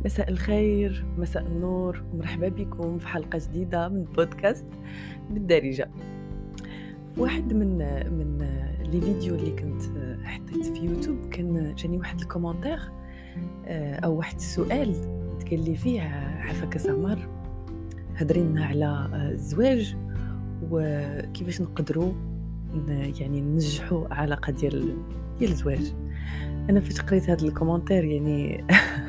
مساء الخير، مساء النور، ومرحبا بكم في حلقة جديدة من بودكاست بالدارجة. في واحد من لي فيديو اللي كنت حطيت في يوتيوب كان جاني واحد الكومنتير او واحد السؤال تقال لي فيه: عفاك سمر، هضرينا على الزواج وكيفاش نقدروا يعني ننجحوا علاقة ديال الزواج. انا فاش قريت هذا الكومنتير يعني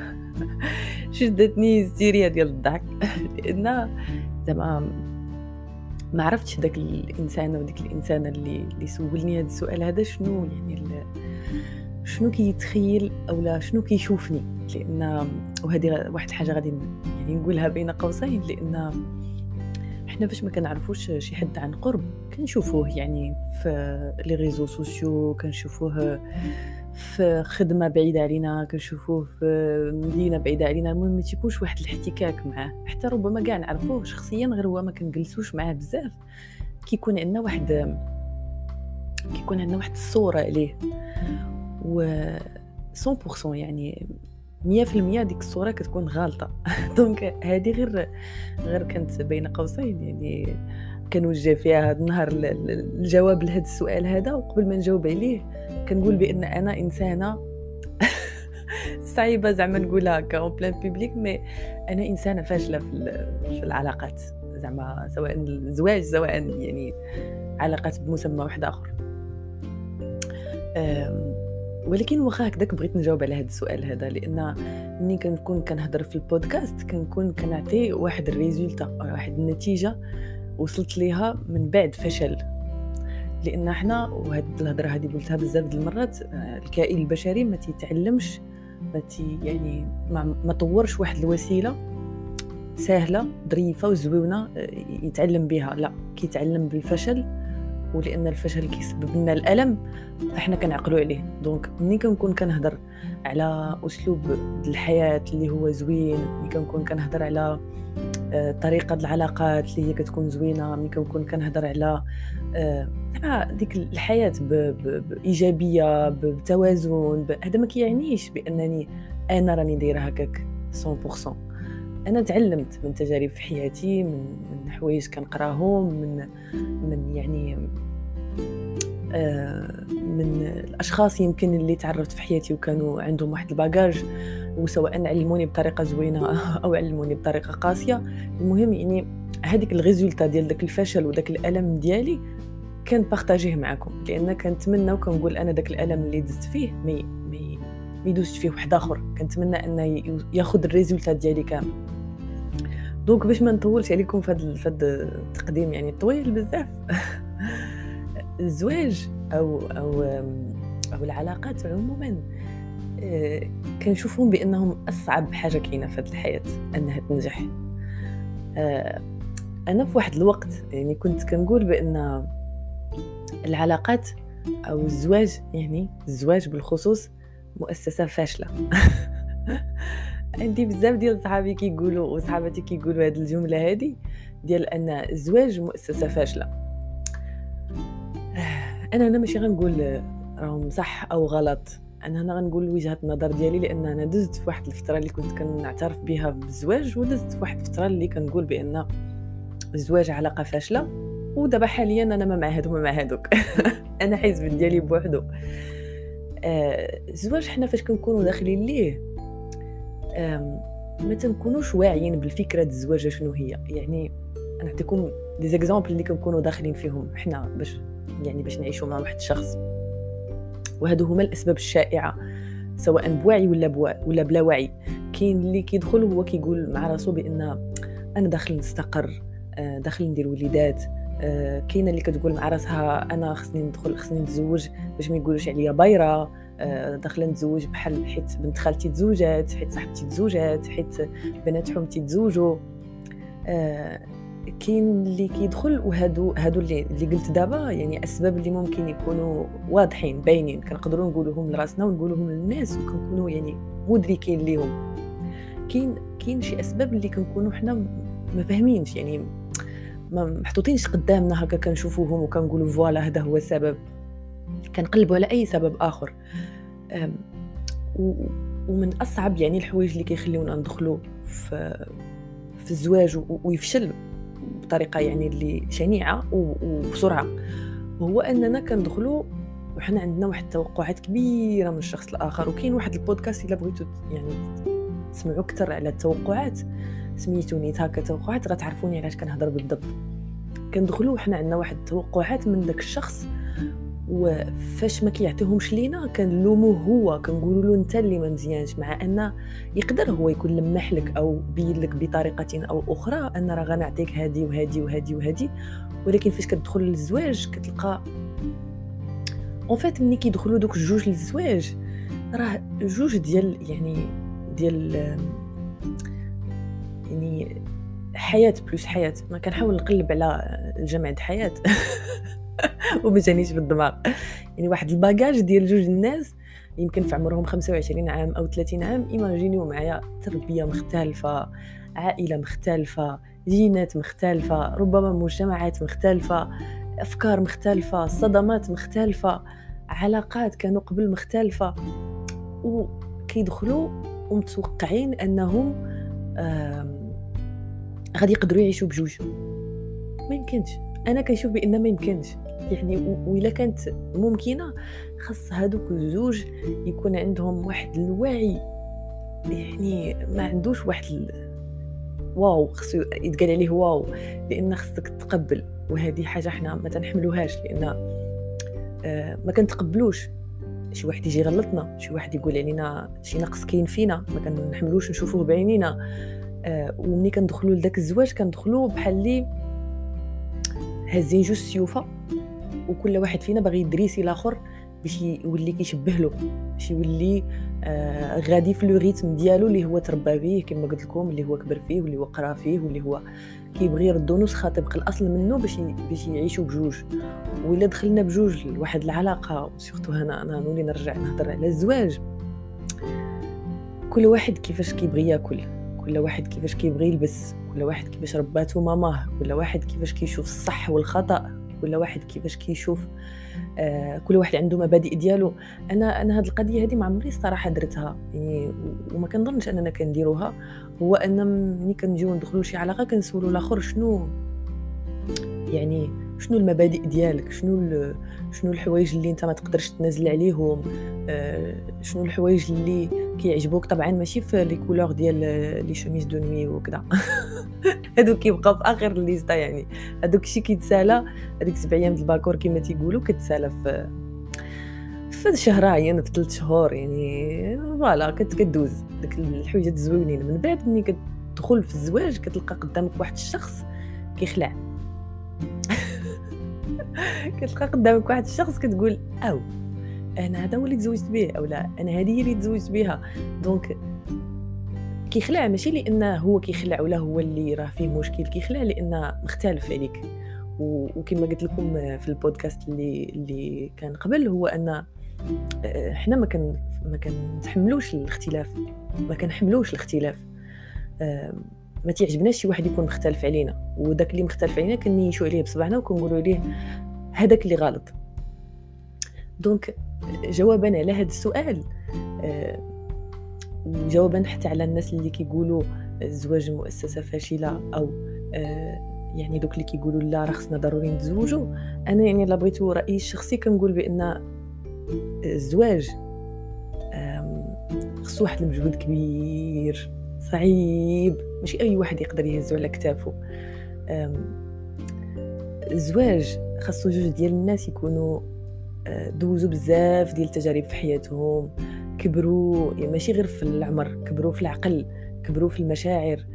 شدتني هستيريا ديال الضحك لان زعما ما عرفتش داك الانسان وديك الانسانه اللي سولني هذا السؤال هذا شنو يعني شنو كيتخيل اولا شنو كيشوفني. لان وهذه واحد الحاجه غادي يعني نقولها بين قوسين، لان احنا فاش ما كنعرفوش شي حد عن قرب كنشوفوه يعني في لي ريزو سوسيو، كنشوفوه في خدمه بعيده علينا، كنشوفوه في مدينه بعيده علينا. المهم ما تيكونش واحد الاحتكاك معاه، حتى ربما كاع نعرفوه شخصيا غير هو ما كنجلسوش معاه بزاف. كيكون عندنا واحد الصوره عليه و 100% يعني 100% ديك الصوره كتكون غالطه. دونك هذه غير كانت بين قوسين يعني كنوجه فيها هذا النهار الجواب لهذا السؤال هذا. وقبل ما نجاوب عليه كنقول بان انا انسانه صعيبه زعما نقولها هكا اون بلان بوبليك، مي انا انسانه فاشله في العلاقات، زعما سواء الزواج سواء يعني علاقات بمسمى واحد اخر. ولكن واخا هكذاك بغيت نجاوب على هذا السؤال هذا، لان ملي كنكون كنهضر في البودكاست كنكون كنعطي واحد الريزولتا، واحد النتيجه وصلت ليها من بعد فشل. لان احنا وهاد الهضره هذه قلتها بزاف د المرات، الكائن البشري ما تيتعلمش، يعني ما طورش واحد الوسيله سهله ظريفه وزوينه يتعلم بها، لا كيتعلم بالفشل. ولان الفشل كيسبب لنا الالم فاحنا كنعقلوا عليه. دونك ملي كنكون كنهضر على اسلوب الحياه اللي هو زوين، ملي كنكون كنهضر على طريقه العلاقات اللي هي كتكون زوينه، ملي كنكون كنهضر على ديك الحياه بايجابيه بتوازن، هذا ما كيعنيش بانني انا راني دايره هكاك 100%. انا تعلمت من تجارب في حياتي، من حوايج كنقراهم، من يعني من الاشخاص يمكن اللي تعرفت في حياتي وكانوا عندهم واحد الباجاج، وسواء علموني بطريقه زوينه او علموني بطريقه قاسيه. المهم يعني هذيك الريزولتا ديال داك الفشل وداك الالم ديالي كان بارطاجيه معكم، لان كنتمنى وكنقول انا داك الالم اللي دزت فيه ما يدوزش فيه واحد اخر، كنتمنى انه ياخذ الريزولتا ديالي كامل. دونك باش ما نطولش عليكم فهاد التقديم يعني طويل بزاف الزواج او العلاقات عموما كنشوفهم بانهم اصعب حاجه كاينه في هذه الحياه انها تنجح. انا في واحد الوقت يعني كنت كنقول بان العلاقات او الزواج، يعني الزواج بالخصوص، مؤسسه فاشله. عندي بزاف ديال صحابي كيقولوا وصحاباتي كيقولوا هذه الجمله هذه ديال ان الزواج مؤسسه فاشله. انا ماشي غنقول راهم صح او غلط، انا غنقول وجهه النظر ديالي، لان انا دزت في واحد الفتره اللي كنت كنعترف بها بالزواج، ودزت في واحد الفتره اللي كنقول بان الزواج علاقه فاشله. ودابا حاليا انا ما مع هادو ما مع هادوك. انا حزب ديالي بوحدو. الزواج حنا فاش كنكونوا داخلين ليه ما تنكونوش واعيين بالفكره ديال الزواج شنو هي. يعني انا نعطيكم دي زيكزامبل اللي كنكونوا داخلين فيهم حنا باش نعيشوا مع واحد الشخص، وهادو هما الاسباب الشائعه سواء بوعي ولا بلا وعي. كاين اللي كيدخل هو كيقول مع راسو بان انا داخل نستقر، داخل ندير وليدات. كاينه اللي كتقول مع راسها انا خصني نتزوج باش ما يقولوش عليا بايره، داخله نتزوج بحال حيت بنت خالتي تزوجات، حيت صاحبتي تزوجات، حيت بنات حومتي تزوجوا. كاين اللي كيدخل وهادو اللي قلت دابا يعني اسباب اللي ممكن يكونوا واضحين باينين كنقدروا نقولوهم لراسنا ونقولوهم للناس وكنكونوا يعني مدركين ليهم. كاين شي اسباب اللي كنكونوا حنا ما فاهمينش، يعني ما محطوطينش قدامنا هكا كنشوفوهم وكنقولوا فوالا هذا هو السبب، كنقلبوا على اي سبب اخر. ومن اصعب يعني الحوايج اللي كيخليونا ندخلوا في الزواج ويفشل بطريقه يعني اللي شنيعه وبسرعه، هو اننا كندخلوا وحنا عندنا واحد التوقعات كبيره من الشخص الاخر. وكاين واحد البودكاست الا بغيتوا يعني تسمعوا اكثر على التوقعات سميتو نيت هكا توقعات، غتعرفوني علاش كنهضر بالضبط. كندخلوا وحنا عندنا واحد التوقعات من داك الشخص، وفاش ما كيعطيهمش لينا كنلوموه هو، كنقولوا له انت اللي ما مزيانش، مع ان يقدر هو يكون لمح لك او بين لك بطريقه او اخرى ان راه غنعطيك هذه وهذه وهذه وهذه. ولكن فاش كتدخل للزواج كتلقى اون فيت ملي كيدخلوا دوك الجوج للزواج راه جوج ديال يعني حياه بلوس حياه. ما كنحاول نقلب على الجمع د حياه وما جانيش بالدماغ. يعني واحد الباجاج ديال جوج الناس يمكن في عمرهم 25 عام او 30 عام. ايماجينيو معايا تربيه مختلفه، عائله مختلفه، جينات مختلفه، ربما مجتمعات مختلفه، افكار مختلفه، صدمات مختلفه، علاقات كانوا قبل مختلفه، وكيدخلوا ومتوقعين انهم غادي يقدروا يعيشوا بجوج. ما يمكنش. انا كنشوف بان ما يمكنش يعني. وإلا كانت ممكنه خاص هادوك الزوج يكون عندهم واحد الوعي، يعني ما عندوش واحد واو خصو يتقال عليه واو، لان خصك تقبل. وهذه حاجه حنا ما تنحملوهاش، لان ما كنتقبلوش شي واحد يجي غلطنا، شي واحد يقول علينا شي نقص كاين فينا، ما كنحملوش نشوفوه بعينينا. ومني كندخلوا لذاك الزواج كندخلوا بحال لي هازين جوج سيوفه، وكل واحد فينا باغي يدريسي الاخر باش يولي كيشبه له، باش يولي غادي في لو ريتم ديالو اللي هو تربى به كما قلت لكم، اللي هو كبر فيه واللي هو قرا فيه واللي هو كيبغي يردو نسخه طبق الاصل منه باش يعيشوا بجوج. وإلا دخلنا بجوج لواحد العلاقه، سورتو انا نولي نرجع نهضر على الزواج، كل واحد كيفاش كيبغي ياكل، كل واحد كيفاش كيبغي يلبس، كل واحد كيفاش رباتو ماماه، كل واحد كيفاش كيشوف الصح والخطأ، كل واحد كيفاش كيشوف كل واحد عنده مبادئ ديالو. انا هاد القضيه هذه ما عمري الصراحه درتها يعني، وما كنظنش اننا كنديروها. هو ان ملي كنجيو ندخلوا شي علاقه كنسولوا الاخر شنو المبادئ ديالك، شنو الحوايج اللي انت ما تقدرش تنزل عليهم، شنو الحوايج اللي كيعجبوك. طبعا ماشي في لي كولور ديال لي شوميز دو نوي وكذا هادو كيبقاو في اخر الليسته. يعني هادوك الشيء كيتسالى، هذيك 7 ايام د الباكور كما تيقولوا كتسالى في شهرين، في 3 شهور يعني. فوالا كدوز داك الحوايج الزوينين. من بعد ملي كتدخل في الزواج كتلقى قدامك واحد الشخص كيخلع كتلقى قدامك واحد الشخص كتقول او انا هذا هو اللي تزوجت به، او لا انا هذه هي اللي تزوجت بها. دونك كيخلع ماشي لانه هو كيخلع ولا هو اللي راه فيه مشكل، كيخلع لانه مختلف عليك. وكما قلت لكم في البودكاست اللي كان قبل، هو ان احنا ما كنتحملوش الاختلاف، ما كنحملوش الاختلاف. ما تعجبناش شي واحد يكون مختلف علينا، وداك اللي مختلف علينا كنيشوا عليه بصبعنا وكنقولوا ليه هذاك اللي غلط. دونك جوابا على هذا السؤال، وجوابا حتى على الناس اللي كيقولوا الزواج مؤسسه فاشله، او يعني دوك اللي كيقولوا لا راه خصنا ضروري نتزوجوا، انا يعني الا بغيتو رايي الشخصي كنقول بان الزواج خصو واحد المجهود كبير صعيب، ماشي اي واحد يقدر يهزو على كتافه. الزواج خاصو جوج ديال الناس يكونوا دوزوا بزاف ديال التجارب في حياتهم، كبروا يعني ماشي غير في العمر، كبروا في العقل، كبروا في المشاعر.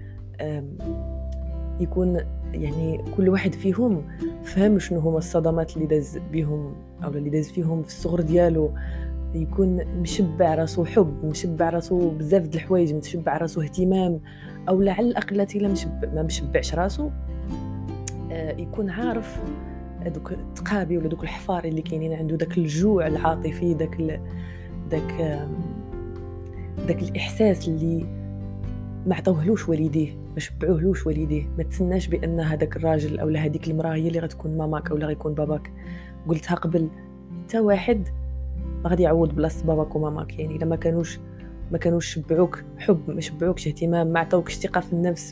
يكون يعني كل واحد فيهم فهم شنو هما الصدمات اللي داز بهم او اللي داز فيهم في الصغر ديالو، يكون مشبع راسو حب، مشبع راسو بزاف د الحوايج، مشبع راسو اهتمام، او على الاقل الا ما مشبعش راسو يكون عارف دوك التقابي ولا دوك الحفار اللي كاينين عنده، داك الجوع العاطفي، داك الاحساس اللي ما عطاوهلوش والديه، ما شبعوهلوش والديه. ما تسناش بان هذاك الراجل او هذيك المراه هي اللي غتكون ماماك او لا غيكون باباك. قلتها قبل، حتى واحد ما غادي يعوض بلاصه باباك وماماك. يعني الا ما كانوش ما كانوش شبعوك حب، ما شبعوكش اهتمام، ما عطاوكش ثقه في النفس،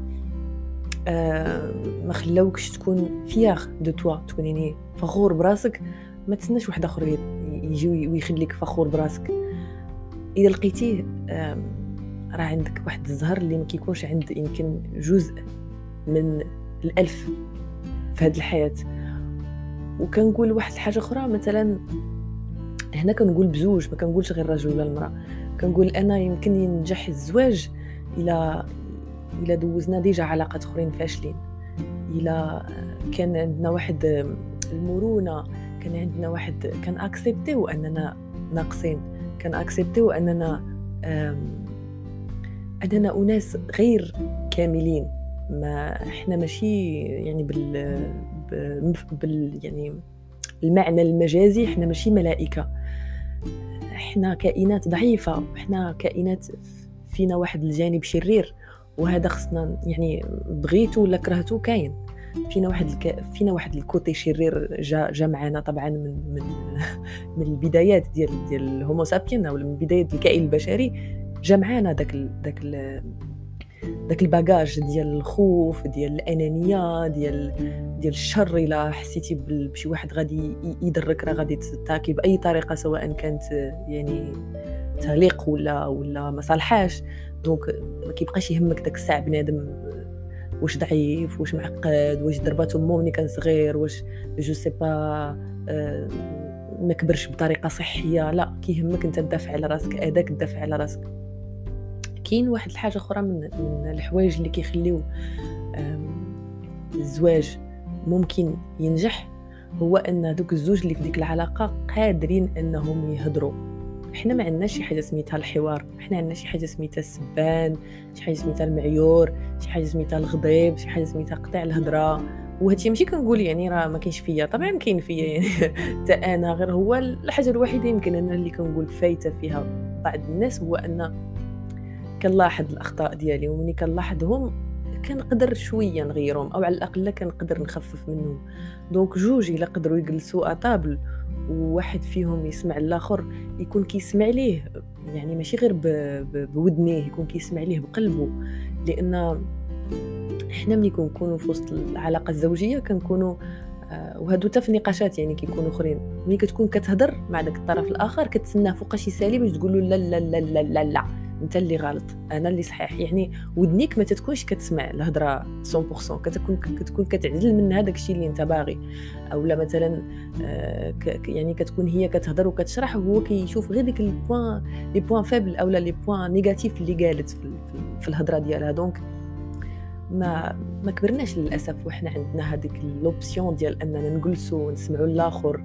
ما خلاوكش تكون فياغ دو توا، تكون يعني فخور براسك. ما تسناش واحد اخر يجي ويخليك فخور براسك. اذا لقيتيه راه عندك واحد الزهر اللي ما كيكونش عند يمكن جزء من الألف في هذه الحياة. وكنقول واحد الحاجة أخرى، مثلا هنا كنقول بزوج، ما كنقولش غير الرجل ولا المرأة. كنقول أنا يمكن ينجح الزواج إلا دوزنا ديجا علاقات أخرين فاشلين، إلا كان عندنا واحد المرونة، كان عندنا واحد كان أكسبتيو أننا ناقصين، كان أكسبتيو أننا أناس غير كاملين. ما احنا ماشي يعني يعني المعنى المجازي، احنا ماشي ملائكة، احنا كائنات ضعيفة، احنا كائنات فينا واحد الجانب شرير، وهذا خصنا يعني بغيتو ولا كرهتو كاين فينا واحد الكوتي شرير جا معنا طبعا من البدايات ديال الهومو سابين، او من بداية الكائن البشري. جا معنا داك الباجاج ديال الخوف، ديال الانانيه، ديال الشر. الا حسيتي بشي واحد غادي يضرك، راه غادي تتاكي باي طريقه، سواء كانت يعني تليق ولا ما صالحاش. دونك ما كيبقاش يهمك داك الساعه بنادم واش ضعيف، واش معقد، واش ضرباتو امو ملي كان صغير، واش جو سي با ما كبرش بطريقه صحيه. لا، كيهمك انت تدافع على راسك، اداك تدافع على راسك. كاين واحد الحاجه اخرى من الحوايج اللي كيخليو الزواج ممكن ينجح، هو ان دوك الزوج اللي في ديك العلاقه قادرين انهم يهضروا. احنا ما عندناش شي حاجه سميتها الحوار، احنا عندنا شي حاجه سميتها السبان، شي حاجه سميتها المعيور، شي حاجه سميتها الغضيب، شي حاجه سميتها قطع الهضره. وهادشي ماشي كنقول يعني راه ما كاينش فيا، طبعا كاين فيا يعني حتى انا، غير هو الحاجه الوحيده يمكن انا اللي كنقول فايته فيها بعض الناس هو ان كنلاحظ الاخطاء ديالي، ومني كنلاحظهم كنقدر شويه نغيرهم، او على الاقل كنقدر نخفف منهم. دونك جوج الا قدروا يجلسوا اطابل، وواحد فيهم يسمع الاخر، يكون كيسمع ليه يعني ماشي غير بودنيه، يكون كيسمع ليه بقلبه. لان احنا ملي كنكونوا في وسط العلاقه الزوجيه كنكونوا وهادو حتى في النقاشات يعني كيكونوا اخرين، ملي كتكون كتهضر مع داك الطرف الاخر كتسناه فوقاش يسالي باش تقول له لا لا لا لا لا لا، انت اللي غلط انا اللي صحيح. يعني ودنيك ما تتكونش كتسمع الهضره 100%، كتكون كتعزل من هذاك الشيء اللي انت باغي. او لا مثلا يعني كتكون هي كتهضر وكتشرح، وهو كيشوف غير ديك لي بوين فابل او لي بوين نيجاتيف اللي قالت في الهضره ديالها. دونك ما كبرناش للاسف وحنا عندنا هذيك لوبسيون ديال اننا نجلسوا ونسمعوا الاخر.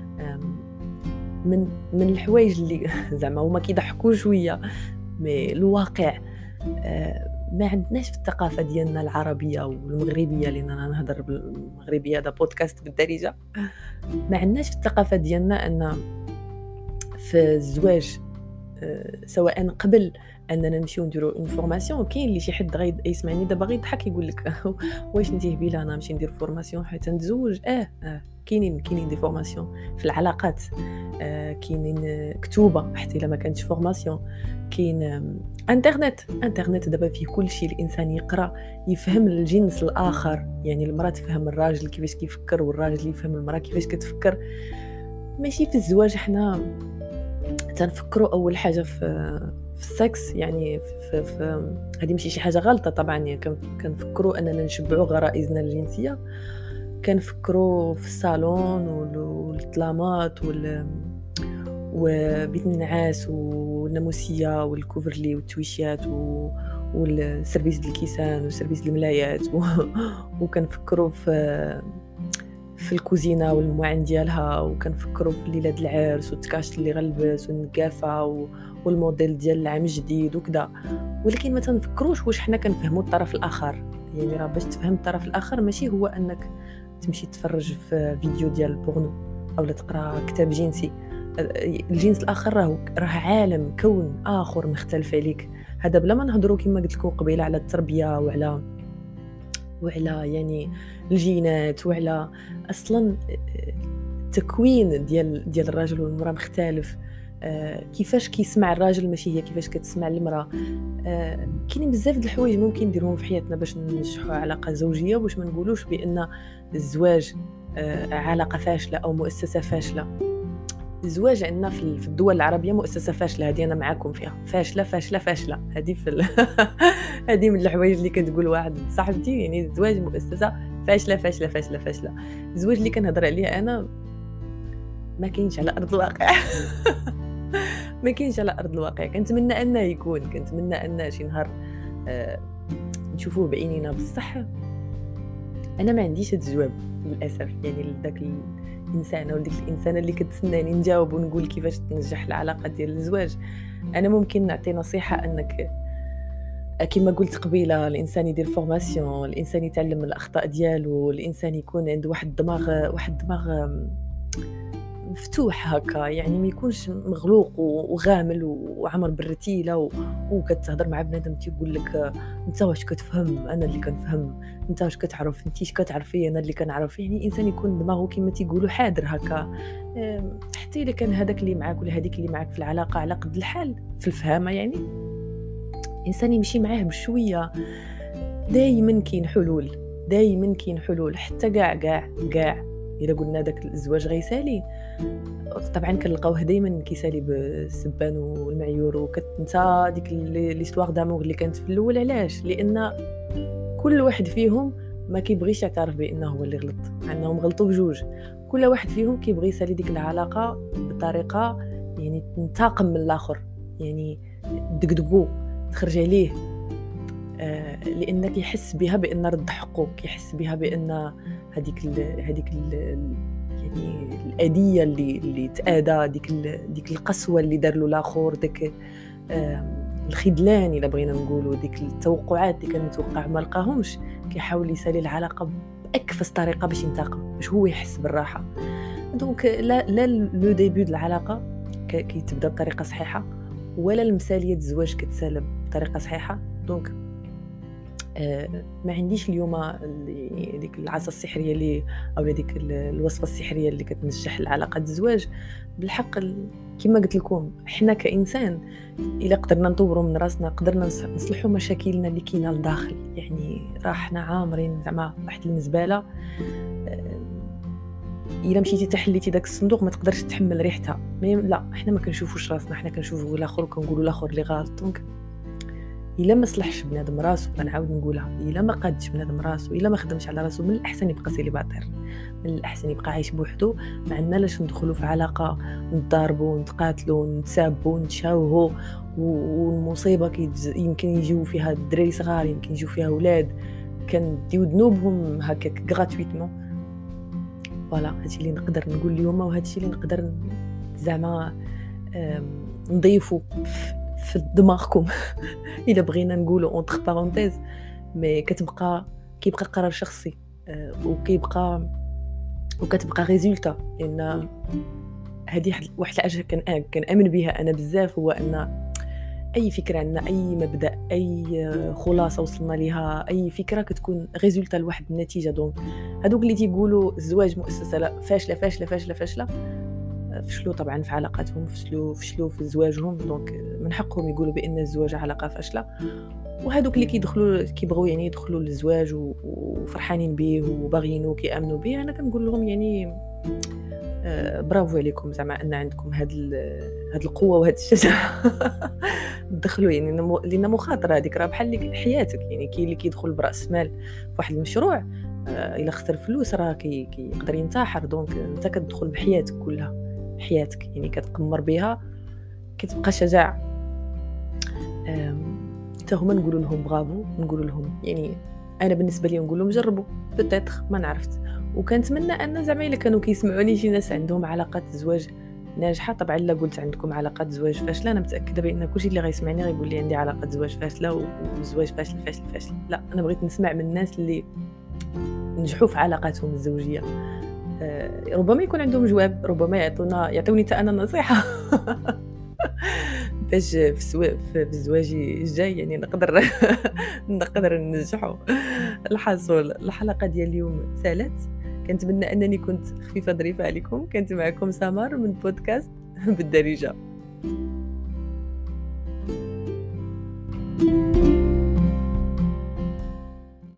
من الحوايج اللي زعما هما كيضحكوا شويه، مي الواقع ما عندناش في الثقافه ديالنا العربيه والمغربيه، لان انا نهضر بالمغربيه، هذا بودكاست بالدارجه. ما عندناش في الثقافه ديالنا ان في الزواج سواء قبل اننا نمشيو نديرو اون فورماسيون، كاين اللي شي حد غير يسمعني دابا غيضحك يقول لك واش انت هبيله انا نمشي ندير فورماسيون حيت نتزوج؟ كاينين دي فورماسيون في العلاقات، كاينين كتوبه حتى الا ما كانتش فورماسيون، كاين انترنت دابا فيه كل شيء. الانسان يقرا يفهم الجنس الاخر، يعني المراه تفهم الراجل كيفاش كيفكر، والراجل يفهم المراه كيفاش كتفكر. ماشي في الزواج احنا تنفكروا اول حاجه في السكس، يعني في هذه ماشي شي حاجه غلطه طبعا، يعني كنفكروا اننا نشبعوا غرائزنا الجنسيه، كنفكروا في الصالون والطلامات وبيت النعاس والناموسيه والكوفرلي والتويشيات والسيرفيس ديال الكيسان وسيرفيس ديال الملايات وكنفكروا في الكوزينه والمواعن ديالها، وكنفكروا في ليله العرس والتكاشط اللي غلبس والنقافه والموديل ديال العام الجديد وكذا. ولكن ما تنفكروش واش حنا كنفهموا الطرف الاخر. يعني راه باش تفهم الطرف الاخر ماشي هو انك تمشي تفرج في فيديو ديال البورنو او تقرا كتاب جنسي. الجنس الاخر راه عالم، كون اخر مختلف عليك. هذا بلا ما نهضروا كما قلت لكم قبيله على التربيه وعلى يعني الجينات، وعلى اصلا التكوين ديال الرجل والمراه مختلف. كيفاش كيسمع الراجل ماشي هي كيفاش كتسمع المراه. كاينين بزاف د الحوايج ممكن نديروهم في حياتنا باش ننجحوا علاقه زوجيه، واش ما نقولوش بان الزواج علاقه فاشله او مؤسسه فاشله. الزواج عندنا في الدول العربيه مؤسسه فاشله، هذه انا معاكم فيها، فاشله فاشله فاشله. هذه هذه من الحوايج اللي كتقول واحد صاحبتي، يعني الزواج مؤسسه فاشله فاشله فاشله فاشله. الزواج اللي كنهضر عليه انا ما كاينش على ارض الواقع. ما كاينش على ارض الواقع. كنتمنى انه يكون، كنتمنى ان شي نهار نشوفوه بعينينا، بصح انا ما عنديش هاد الجواب للاسف. يعني لذاك الانسان او ديك الانسانه اللي كتسناني نجاوب ونقول كيفاش تنجح العلاقه ديال الزواج، انا ممكن نعطي نصيحه انك كما قلت قبيله الانسان يدير فورماسيون، الانسان يتعلم من الاخطاء ديالو، الانسان يكون عنده واحد الدماغ مفتوح هكا، يعني ما يكونش مغلوق وغامل وعمر بالرتيله وكتهضر مع بنادم تيقول لك انت واش كتفهم انا اللي كنفهم، انت واش كتعرف انتيش كتعرفي انا اللي كنعرف. يعني الانسان يكون دماغه كما تيقولوا حاضر هكا، حتى اذا كان هذاك اللي معاك ولا هذيك اللي معاك في العلاقه على قد الحال في الفهامه، يعني الانسان يمشي معاه بشويه. دائما كاين حلول، دائما كاين حلول. حتى كاع الا قلنا داك الزواج غيسالي، طبعا كنلقاوه دائما كيسالي بالسبان والمعيور، وكتنسى ديك ليستوار دامور اللي كانت في الاول. علاش؟ لان كل واحد فيهم ما كيبغيش يعترف بانه هو اللي غلط، مع انهم غلطوا بجوج. كل واحد فيهم كيبغي يسالي ديك العلاقه بطريقه يعني تنتقم من الاخر، يعني دقدقو تخرج عليه، لان كيحس بها بان رد حقه، كيحس بها بان هذيك يعني الاذيه اللي تاذى، ديك القسوه اللي دار له الاخر، ديك الخذلان الا بغينا نقولوا، ديك التوقعات اللي كان متوقع ما لقاهمش، كيحاول يسالي العلاقه باكفس طريقه باش ينتقم، باش هو يحس بالراحه. دونك لا لو ديبي د العلاقه كيتبدا بطريقه صحيحه، ولا المثاليه الزواج كتسال بطريقه صحيحه. دونك ما عنديش اليوم يعني ديك العصا السحريه اللي او ديك الوصفه السحريه اللي كتنجح العلاقه الزواج. بالحق كما قلت لكم، احنا كانسان الا قدرنا نطوروا من راسنا، قدرنا نصلحوا مشاكلنا اللي كاينه لداخل، يعني راه حنا عامرين زعما واحد المزبله. الا مشيتي تحليتي داك الصندوق ما تقدرش تحمل ريحتها. لا، احنا ما كنشوفوش راسنا، احنا كنشوفوا الاخر وكنقولوا الاخر اللي غلط. دونك الا ما صلحش بنادم راسو، كنعاود نقولها، الا ما قادش بنادم راسو، الا ما خدمش على راسو، من الاحسن يبقى سيليباتير، من الاحسن يبقى عايش بوحدو. ما عندنا لاش ندخلوا في علاقه نضاربوا نتقاتلوا نتسابوا نتشاوهوا، والمصيبه يمكن يجيو فيها الدراري صغار، يمكن يجيو فيها اولاد كنديو ذنوبهم هكاك غراتويتمون. فوالا هادشي اللي نقدر نقول اليوم، وهادشي اللي نقدر زعما نضيفوا في دماغكم. الا بغينا نقولوا اونتر بارونتيز، مي كيبقى قرار شخصي، وكتبقى ريزولتا. لان هذه واحد الحاجه كنامن بها انا بزاف، هو ان اي فكره عندنا، اي مبدا، اي خلاصه وصلنا ليها، اي فكره كتكون ريزولتا لواحد النتيجه. دونك هذوك اللي تيقولوا الزواج مؤسسه لا فاشله فاشله فاشله فاشله، فشلوا طبعا في علاقاتهم، فشلوا في زواجهم. دونك من حقهم يقولوا بان الزواج علاقه فاشله. وهذوك اللي كيبغوا يعني يدخلوا للزواج وفرحانين به وباغيينه وكيامنوا به، انا كنقول لهم يعني برافو عليكم، زعما ان عندكم هاد القوه وهاد الشجاعه. تدخلوا، يعني لان مخاطره هذيك راه بحال حياتك. يعني كاين اللي كيدخل براس مال في واحد المشروع، الا خسر فلوس راه كيقدر ينتحر. دونك انت كتدخل بحياتك كلها، حياتك يعني كتقمر بها، كتبقى شجاع. حتى هما نقولوا لهم برافو، نقولوا لهم يعني انا بالنسبه لي نقول لهم جربوا بتاتخ ما نعرفت. وكنتمنى ان زعما الا كانوا كيسمعوني شي ناس عندهم علاقات زواج ناجحه. طبعا الا قلت عندكم علاقات زواج فاشله، انا متاكده بان كلشي اللي غيسمعني غيقول لي عندي علاقه زواج فاشله وزواج فاشل فاشل فاشل. لا، انا بغيت نسمع من الناس اللي نجحوا في علاقاتهم الزوجيه. ربما يكون عندهم جواب، ربما يعطوني حتى انا نصيحه. باش في الزواج الجاي يعني نقدر ننجحوا. الحصول الحلقه ديال اليوم سالت. كنتمنى انني كنت خفيفه ظريفه عليكم. كنت معكم سمر من بودكاست بالدارجه.